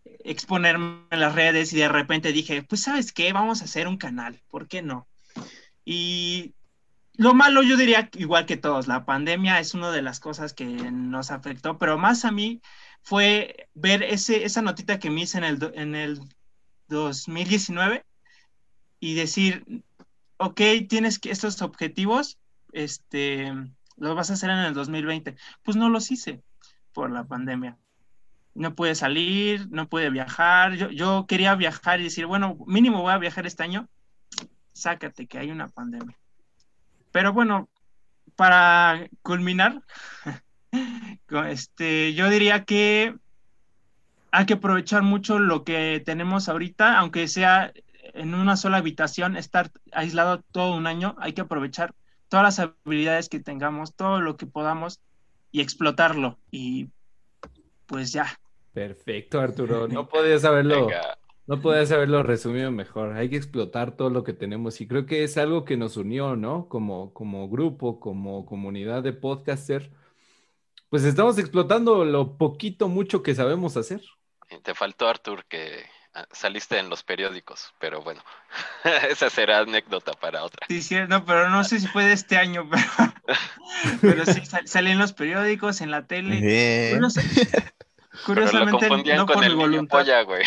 [SPEAKER 2] exponerme en las redes y de repente dije, pues ¿sabes qué? Vamos a hacer un canal, ¿por qué no? Y lo malo yo diría igual que todos, la pandemia es una de las cosas que nos afectó, pero más a mí fue ver ese, esa notita que me hice en el, do- en el dos mil diecinueve y decir, ok, tienes que estos objetivos, este, los vas a hacer en el dos mil veinte. Pues no los hice por la pandemia. No pude salir, no pude viajar. Yo, yo quería viajar y decir, bueno, mínimo voy a viajar este año. Sácate que hay una pandemia. Pero bueno, para culminar, con este, yo diría que hay que aprovechar mucho lo que tenemos ahorita, aunque sea en una sola habitación, estar aislado todo un año, hay que aprovechar todas las habilidades que tengamos, todo lo que podamos y explotarlo. Y pues ya.
[SPEAKER 1] Perfecto, Arturo. No podías haberlo,
[SPEAKER 3] Venga.
[SPEAKER 1] no podías haberlo resumido mejor. Hay que explotar todo lo que tenemos y creo que es algo que nos unió, ¿no? Como, como grupo, como comunidad de podcaster, pues estamos explotando lo poquito, mucho que sabemos hacer.
[SPEAKER 3] Te faltó, Artur, que ah, saliste en los periódicos, pero bueno, esa será anécdota para otra.
[SPEAKER 2] Sí, sí, no, pero no sé si fue de este año, pero, pero sí, sal- salí en los periódicos, en la tele.
[SPEAKER 13] Bien.
[SPEAKER 2] Curiosa-
[SPEAKER 3] Pero lo
[SPEAKER 2] curiosamente,
[SPEAKER 3] confundían
[SPEAKER 2] no
[SPEAKER 3] con
[SPEAKER 2] por mi
[SPEAKER 3] el niño
[SPEAKER 2] voluntad.
[SPEAKER 3] polla, güey.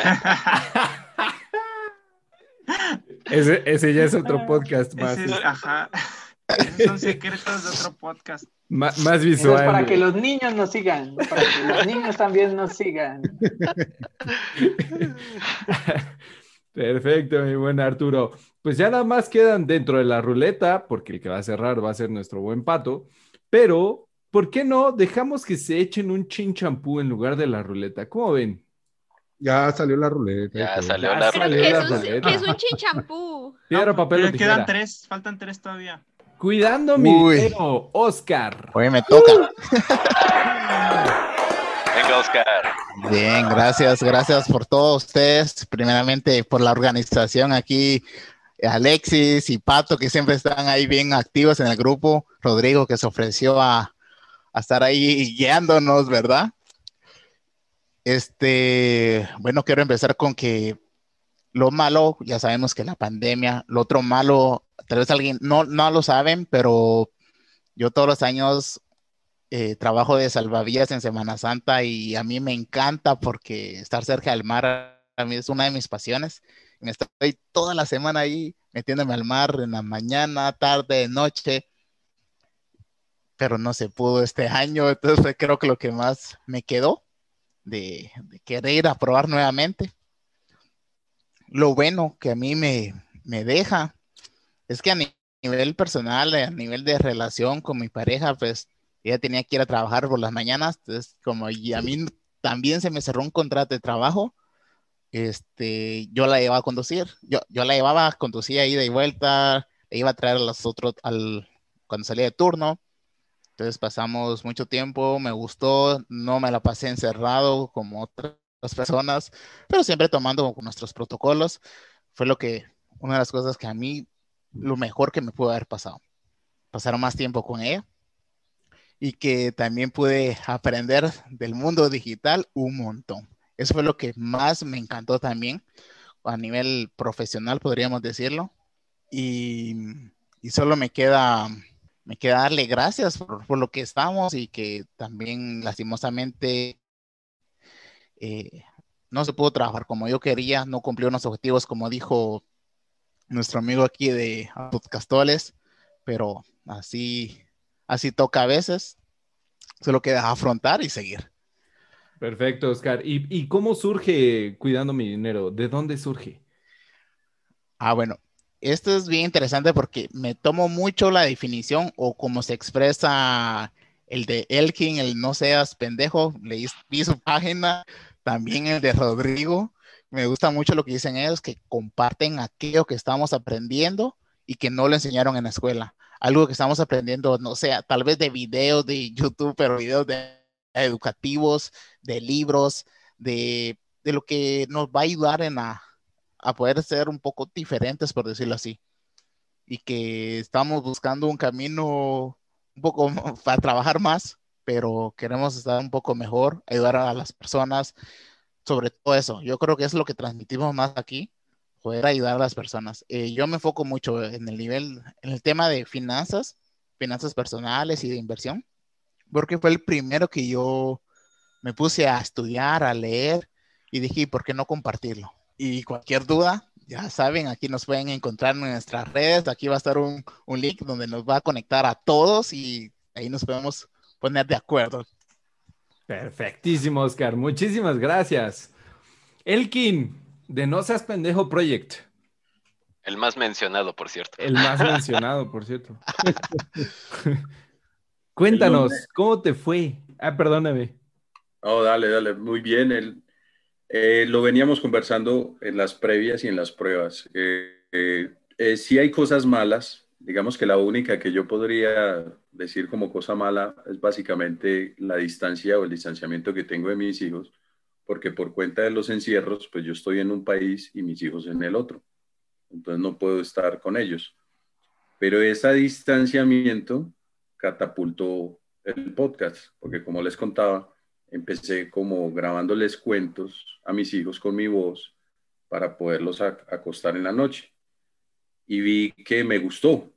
[SPEAKER 1] Ese, ese ya es otro podcast más,
[SPEAKER 2] Ese es,
[SPEAKER 1] este,
[SPEAKER 2] ajá. Esos son secretos de otro podcast.
[SPEAKER 1] ma- más
[SPEAKER 11] Eso es
[SPEAKER 1] visual.
[SPEAKER 11] para que
[SPEAKER 1] güey.
[SPEAKER 11] los niños nos sigan, para que los niños también nos sigan.
[SPEAKER 1] Perfecto, mi buen Arturo. Pues ya nada más quedan dentro de la ruleta, porque el que va a cerrar va a ser nuestro buen Pato. Pero, ¿por qué no dejamos que se echen un chin champú en lugar de la ruleta? ¿Cómo ven?
[SPEAKER 4] Ya salió la ruleta. y
[SPEAKER 3] Ya
[SPEAKER 4] todo.
[SPEAKER 3] salió
[SPEAKER 1] Ya
[SPEAKER 3] la
[SPEAKER 9] Pero
[SPEAKER 1] salió
[SPEAKER 9] ¿qué
[SPEAKER 3] ruleta.
[SPEAKER 9] es
[SPEAKER 1] la
[SPEAKER 9] un,
[SPEAKER 1] ruleta.
[SPEAKER 9] qué es un chinchampú?
[SPEAKER 1] Piedra,
[SPEAKER 2] No,
[SPEAKER 1] papel o
[SPEAKER 2] pero quedan
[SPEAKER 1] tijera.
[SPEAKER 2] tres, faltan tres todavía.
[SPEAKER 1] Cuidando mi
[SPEAKER 13] Uy.
[SPEAKER 1] dinero, Oscar.
[SPEAKER 13] Oye, me toca.
[SPEAKER 3] Venga, Oscar.
[SPEAKER 13] Bien, gracias, gracias por todos ustedes. Primeramente por la organización aquí, Alexis y Pato, que siempre están ahí bien activos en el grupo. Rodrigo, que se ofreció a, a estar ahí guiándonos, ¿verdad? Este, bueno, quiero empezar con que lo malo, ya sabemos que la pandemia, lo otro malo, tal vez alguien no, no lo saben, pero yo todos los años eh, trabajo de salvavidas en Semana Santa y a mí me encanta porque estar cerca del mar a mí es una de mis pasiones. Me estoy toda la semana ahí metiéndome al mar en la mañana, tarde, noche, pero no se pudo este año, entonces fue creo que lo que más me quedó de, de querer ir a probar nuevamente. Lo bueno que a mí me, me deja es que a ni- nivel personal, a nivel de relación con mi pareja, pues ella tenía que ir a trabajar por las mañanas, entonces como y a mí también se me cerró un contrato de trabajo, este, yo la llevaba a conducir, yo, yo la llevaba a conducir ida y vuelta, le iba a traer a los otros al, cuando salía de turno, entonces pasamos mucho tiempo, me gustó, no me la pasé encerrado como otras personas, pero siempre tomando nuestros protocolos, fue lo que, una de las cosas que a mí, lo mejor que me pudo haber pasado, pasar más tiempo con ella y que también pude aprender del mundo digital un montón. Eso fue lo que más me encantó también, a nivel profesional podríamos decirlo, y, y solo me queda... Me queda darle gracias por, por lo que estamos y que también lastimosamente eh, no se pudo trabajar como yo quería, no cumplió unos objetivos como dijo nuestro amigo aquí de Podcastoles, pero así, así toca a veces, solo queda afrontar y seguir.
[SPEAKER 1] Perfecto, Oscar. ¿Y, y cómo surge Cuidando mi dinero? ¿De dónde surge?
[SPEAKER 13] Ah, bueno, esto es bien interesante porque me tomo mucho la definición o cómo se expresa el de Elkin, el no seas pendejo, leí, vi su página, también el de Rodrigo. Me gusta mucho lo que dicen ellos, que comparten aquello que estamos aprendiendo y que no lo enseñaron en la escuela. Algo que estamos aprendiendo, no sé, tal vez de videos de YouTube, pero videos de, educativos, de libros, de, de lo que nos va a ayudar en la a poder ser un poco diferentes, por decirlo así, y que estamos buscando un camino un poco para trabajar más, pero queremos estar un poco mejor, ayudar a las personas, sobre todo eso. Yo creo que es lo que transmitimos más aquí, poder ayudar a las personas. Eh, yo me enfoco mucho en el nivel, en el tema de finanzas, finanzas personales y de inversión, porque fue el primero que yo me puse a estudiar, a leer y dije, ¿por qué no compartirlo? Y cualquier duda, ya saben, aquí nos pueden encontrar en nuestras redes, aquí va a estar un, un link donde nos va a conectar a todos y ahí nos podemos poner de acuerdo.
[SPEAKER 1] Perfectísimo, Oscar. Muchísimas gracias. Elkin, de No Seas Pendejo Project.
[SPEAKER 3] El más mencionado, por cierto.
[SPEAKER 1] El más mencionado, por cierto. Cuéntanos, ¿cómo te fue? Ah, perdóname.
[SPEAKER 14] Oh, dale, dale, muy bien. El, eh, lo veníamos conversando en las previas y en las pruebas. Eh, eh, eh, sí hay cosas malas, digamos que la única que yo podría decir como cosa mala es básicamente la distancia o el distanciamiento que tengo de mis hijos, porque por cuenta de los encierros, pues yo estoy en un país y mis hijos en el otro, entonces no puedo estar con ellos. Pero ese distanciamiento catapultó el podcast, porque como les contaba, empecé como grabándoles cuentos a mis hijos con mi voz para poderlos acostar en la noche. Y vi que me gustó,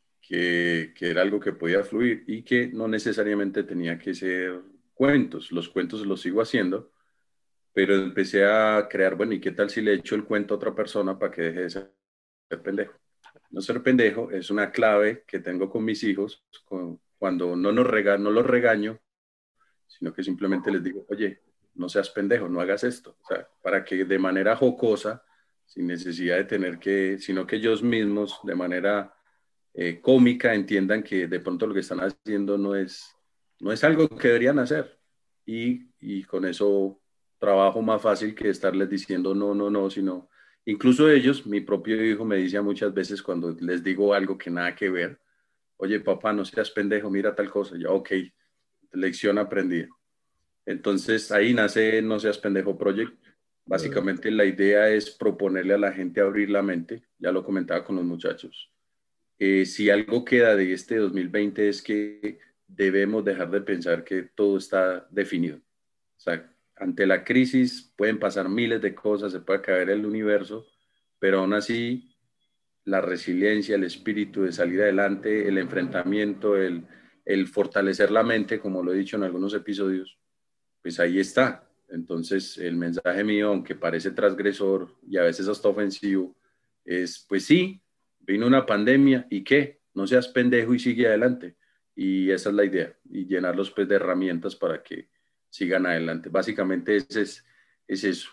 [SPEAKER 14] que, que era algo que podía fluir y que no necesariamente tenía que ser cuentos. Los cuentos los sigo haciendo, pero empecé a crear, bueno, ¿y qué tal si le echo el cuento a otra persona para que deje de ser pendejo? No ser pendejo es una clave que tengo con mis hijos con, cuando no, nos rega, no los regaño, sino que simplemente les digo, oye, no seas pendejo, no hagas esto. O sea, para que de manera jocosa, sin necesidad de tener que, sino que ellos mismos de manera eh, cómica entiendan que de pronto lo que están haciendo no es, no es algo que deberían hacer. Y, y con eso trabajo más fácil que estarles diciendo no, no, no, sino incluso ellos, mi propio hijo me dice muchas veces cuando les digo algo que nada que ver, oye papá, no seas pendejo, mira tal cosa, ya ok, lección aprendida. Entonces ahí nace No Seas Pendejo Project. Básicamente la idea es proponerle a la gente abrir la mente, ya lo comentaba con los muchachos. Eh, si algo queda de este dos mil veinte es que debemos dejar de pensar que todo está definido. O sea, ante la crisis pueden pasar miles de cosas, se puede caer el universo, pero aún así la resiliencia, el espíritu de salir adelante, el enfrentamiento, el, el fortalecer la mente, como lo he dicho en algunos episodios, pues ahí está. Entonces el mensaje mío, aunque parece transgresor y a veces hasta ofensivo, es pues sí, vino una pandemia y ¿qué? No seas pendejo y sigue adelante. Y esa es la idea, y llenarlos pues de herramientas para que sigan adelante. Básicamente ese es, es eso.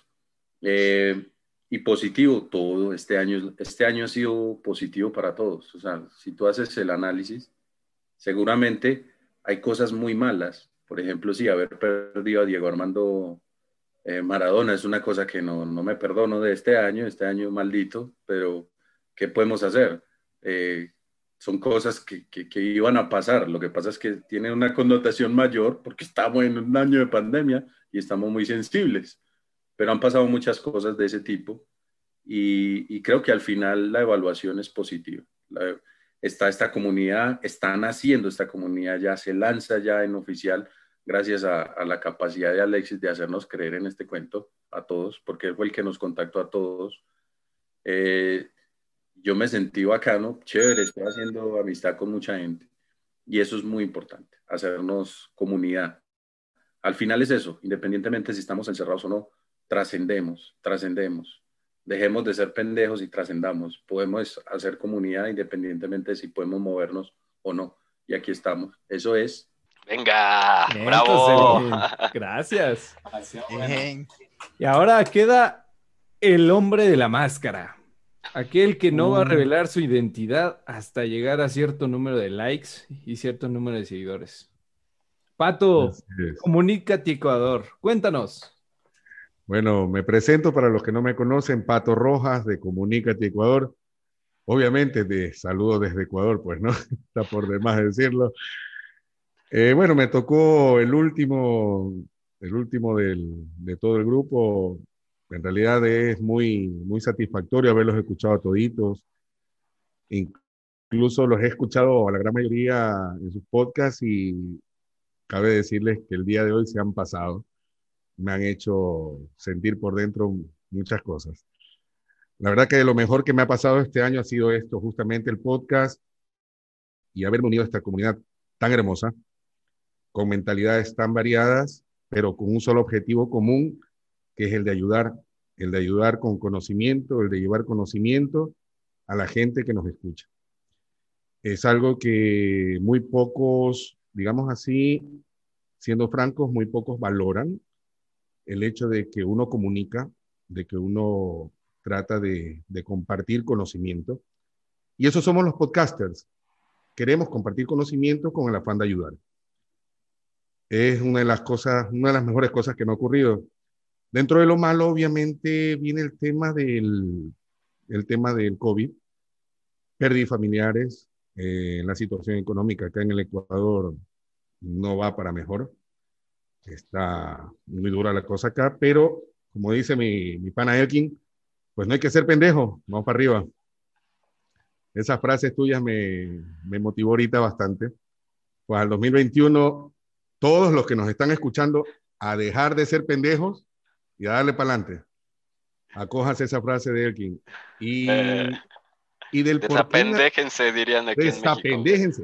[SPEAKER 14] Eh, y positivo, todo este año, este año ha sido positivo para todos. O sea, si tú haces el análisis, seguramente hay cosas muy malas. Por ejemplo, sí, haber perdido a Diego Armando eh, Maradona es una cosa que no, no me perdono de este año, este año maldito, pero ¿qué podemos hacer? Eh, son cosas que, que, que iban a pasar. Lo que pasa es que tienen una connotación mayor porque estamos en un año de pandemia y estamos muy sensibles, pero han pasado muchas cosas de ese tipo y, y creo que al final la evaluación es positiva. La, está esta comunidad, están haciendo esta comunidad, ya se lanza ya en oficial, gracias a, a la capacidad de Alexis de hacernos creer en este cuento a todos, porque él fue el que nos contactó a todos. Eh, yo me sentí bacano, chévere, estoy haciendo amistad con mucha gente y eso es muy importante, hacernos comunidad. Al final es eso, independientemente si estamos encerrados o no, trascendemos, trascendemos. Dejemos de ser pendejos y trascendamos. Podemos hacer comunidad independientemente de si podemos movernos o no. Y aquí estamos. Eso es.
[SPEAKER 3] Venga,
[SPEAKER 1] Bien,
[SPEAKER 3] bravo.
[SPEAKER 1] José. Gracias.
[SPEAKER 13] Bien.
[SPEAKER 1] Y ahora queda el hombre de la máscara. Aquel que no va a revelar su identidad hasta llegar a cierto número de likes y cierto número de seguidores. Pato, Comunícate Ecuador. Cuéntanos.
[SPEAKER 4] Bueno, me presento para los que no me conocen, Pato Rojas de Comunícate Ecuador. Obviamente de saludo desde Ecuador, pues no, está por demás decirlo. Eh, bueno, me tocó el último, el último del, de todo el grupo. En realidad es muy, muy satisfactorio haberlos escuchado a toditos. Incluso los he escuchado a la gran mayoría en sus podcasts y cabe decirles que el día de hoy se han pasado. me han hecho sentir por dentro muchas cosas. La verdad que lo mejor que me ha pasado este año ha sido esto, justamente el podcast y haberme unido a esta comunidad tan hermosa, con mentalidades tan variadas, pero con un solo objetivo común, que es el de ayudar, el de ayudar con conocimiento, el de llevar conocimiento a la gente que nos escucha. Es algo que muy pocos, digamos así, siendo francos, muy pocos valoran, el hecho de que uno comunica, de que uno trata de, de compartir conocimiento. Y eso somos los podcasters. Queremos compartir conocimiento con el afán de ayudar. Es una de las cosas, una de las mejores cosas que me ha ocurrido. Dentro de lo malo, obviamente, viene el tema del, el tema del COVID. Perdí familiares. Eh, la situación económica acá en el Ecuador no va para mejor. Está muy dura la cosa acá, pero como dice mi, mi pana Elkin, pues no hay que ser pendejo, vamos para arriba. Esas frases tuyas me, me motivó ahorita bastante. Pues al dos mil veintiuno, todos los que nos están escuchando, a dejar de ser pendejos y a darle para adelante. Acójase esa frase de Elkin. Y,
[SPEAKER 3] Eh,
[SPEAKER 4] y del por qué...
[SPEAKER 3] Desapendéjense, dirían aquí en México.
[SPEAKER 4] Desapendéjense.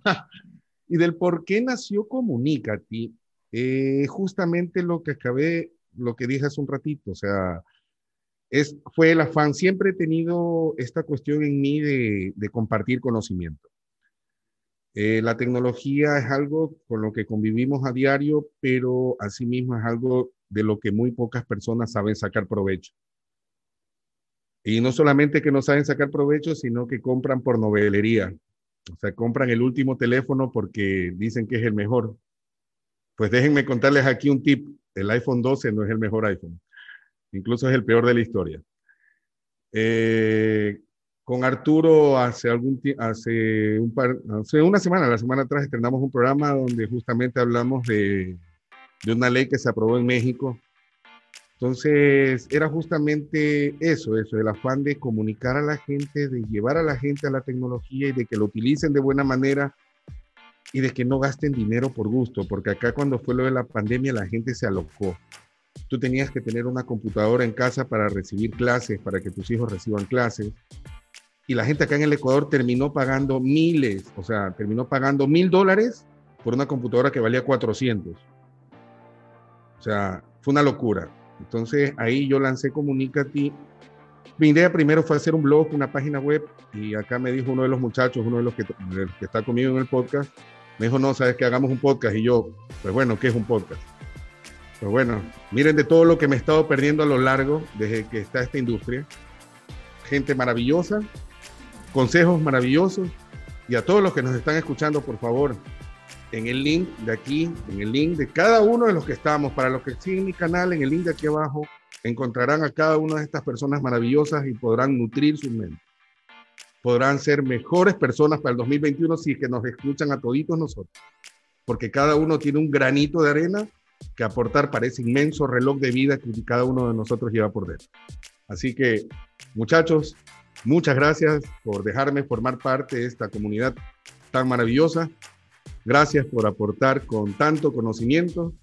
[SPEAKER 4] Y del por qué nació Comunícate, eh, justamente lo que acabé, lo que dije hace un ratito, o sea, es, fue el afán, siempre he tenido esta cuestión en mí de, de compartir conocimiento. Eh, la tecnología es algo con lo que convivimos a diario, pero asimismo es algo de lo que muy pocas personas saben sacar provecho. Y no solamente que no saben sacar provecho, sino que compran por novelería. O sea, compran el último teléfono porque dicen que es el mejor. Pues déjenme contarles aquí un tip. El iPhone doce no es el mejor iPhone. Incluso es el peor de la historia. Eh, con Arturo hace, algún hace, un par, hace una semana, la semana atrás, estrenamos un programa donde justamente hablamos de, de una ley que se aprobó en México. Entonces, era justamente eso, eso, el afán de comunicar a la gente, de llevar a la gente a la tecnología y de que lo utilicen de buena manera y de que no gasten dinero por gusto, porque acá cuando fue lo de la pandemia la gente se alocó. Tú tenías que tener una computadora en casa para recibir clases, para que tus hijos reciban clases. Y la gente acá en el Ecuador terminó pagando miles, o sea, terminó pagando mil dólares por una computadora que valía cuatrocientos. O sea, fue una locura. Entonces ahí yo lancé Comunícate. Mi idea primero fue hacer un blog, una página web, y acá me dijo uno de los muchachos, uno de los que, de los que está conmigo en el podcast, me dijo, no, sabes que hagamos un podcast. Y yo, pues bueno, ¿qué es un podcast? Pues bueno, miren de todo lo que me he estado perdiendo a lo largo desde que está esta industria. Gente maravillosa, consejos maravillosos, y a todos los que nos están escuchando, por favor, en el link de aquí, en el link de cada uno de los que estamos, para los que siguen mi canal, en el link de aquí abajo, encontrarán a cada una de estas personas maravillosas y podrán nutrir su mente. Podrán ser mejores personas para el dos mil veintiuno si es que nos escuchan a toditos nosotros, porque cada uno tiene un granito de arena que aportar para ese inmenso reloj de vida que cada uno de nosotros lleva por dentro. Así que, muchachos, muchas gracias por dejarme formar parte de esta comunidad tan maravillosa. Gracias por aportar con tanto conocimiento.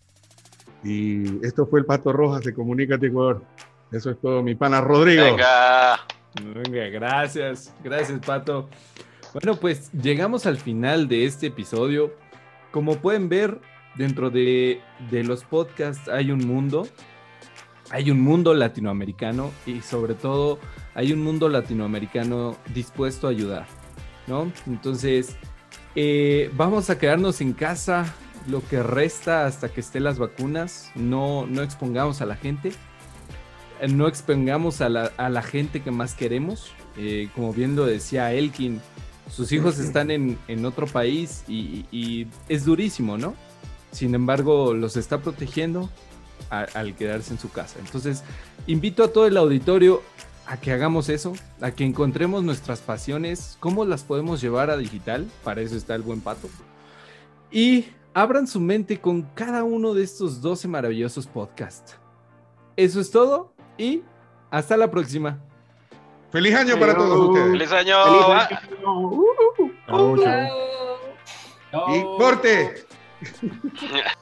[SPEAKER 4] Y esto fue el Pato Rojas de Comunícate Ecuador. Eso es todo, mi pana Rodrigo.
[SPEAKER 3] Venga.
[SPEAKER 1] Venga, gracias. Gracias, Pato. Bueno, pues llegamos al final de este episodio. Como pueden ver, dentro de, de los podcasts hay un mundo. Hay un mundo latinoamericano y sobre todo hay un mundo latinoamericano dispuesto a ayudar, ¿no? Entonces, eh, vamos a quedarnos en casa lo que resta hasta que estén las vacunas. No, no expongamos a la gente. No expongamos a la, a la gente que más queremos. Eh, como bien lo decía Elkin, sus hijos están en, en otro país y, y es durísimo, ¿no? Sin embargo, los está protegiendo a, al quedarse en su casa. Entonces, invito a todo el auditorio a que hagamos eso, a que encontremos nuestras pasiones, cómo las podemos llevar a digital. Para eso está el buen Pato. Y abran su mente con cada uno de estos doce maravillosos podcasts. Eso es todo y hasta la próxima.
[SPEAKER 4] ¡Feliz año para todos ustedes!
[SPEAKER 3] ¡Feliz año!
[SPEAKER 10] ¡Feliz año!
[SPEAKER 4] Chao, chao. Y corte.